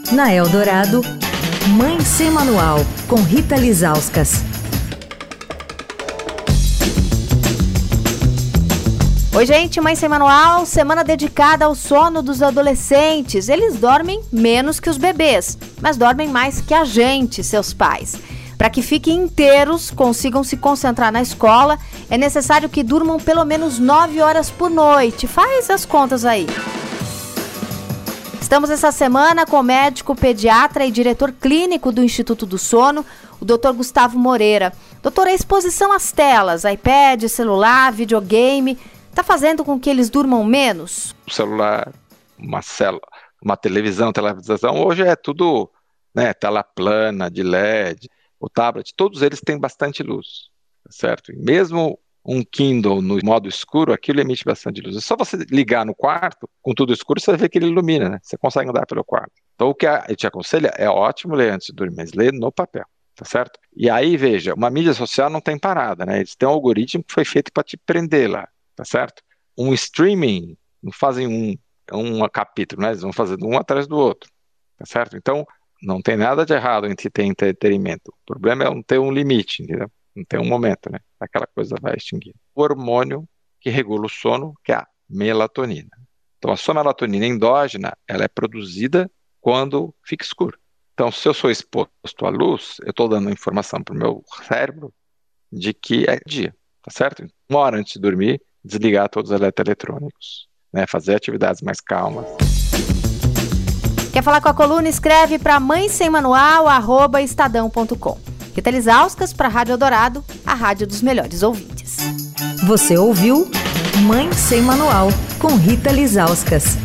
Na Eldorado, Mãe Sem Manual, com Rita Lizauskas. Oi, gente, Mãe Sem Manual, semana dedicada ao sono dos adolescentes. Eles dormem menos que os bebês, mas dormem mais que a gente, seus pais. Para que fiquem inteiros, consigam se concentrar na escola, é necessário que durmam pelo menos 9 horas por noite. Faz as contas aí. Estamos essa semana com o médico pediatra e diretor clínico do Instituto do Sono, o Dr. Gustavo Moreira. Doutor, a exposição às telas, iPad, celular, videogame, está fazendo com que eles durmam menos? O celular, uma televisão, hoje é tudo, né, tela plana, de LED, o tablet, todos eles têm bastante luz, certo? E mesmo um Kindle no modo escuro, aquilo emite bastante luz. É só você ligar no quarto, com tudo escuro, você vai ver que ele ilumina, né? Você consegue andar pelo quarto. Então, o que eu te aconselho é ótimo ler antes de dormir, mas ler no papel, tá certo? E aí, veja, uma mídia social não tem parada, né? Eles têm um algoritmo que foi feito para te prender lá, tá certo? Um streaming, não fazem um capítulo, né? Eles vão fazendo um atrás do outro, tá certo? Então, não tem nada de errado entre ter entretenimento. O problema é não ter um limite, entendeu? Não tem um momento, né? Aquela coisa vai extinguir. O hormônio que regula o sono, que é a melatonina. Então, a sua melatonina endógena, ela é produzida quando fica escuro. Então, se eu sou exposto à luz, eu estou dando informação para o meu cérebro de que é dia, tá certo? 1 hora antes de dormir, desligar todos os eletroeletrônicos, né? Fazer atividades mais calmas. Quer falar com a coluna? Escreve para mãesemmanual@estadão.com. Rita Lizauskas para a Rádio Eldorado, a rádio dos melhores ouvintes. Você ouviu Mãe Sem Manual, com Rita Lizauskas.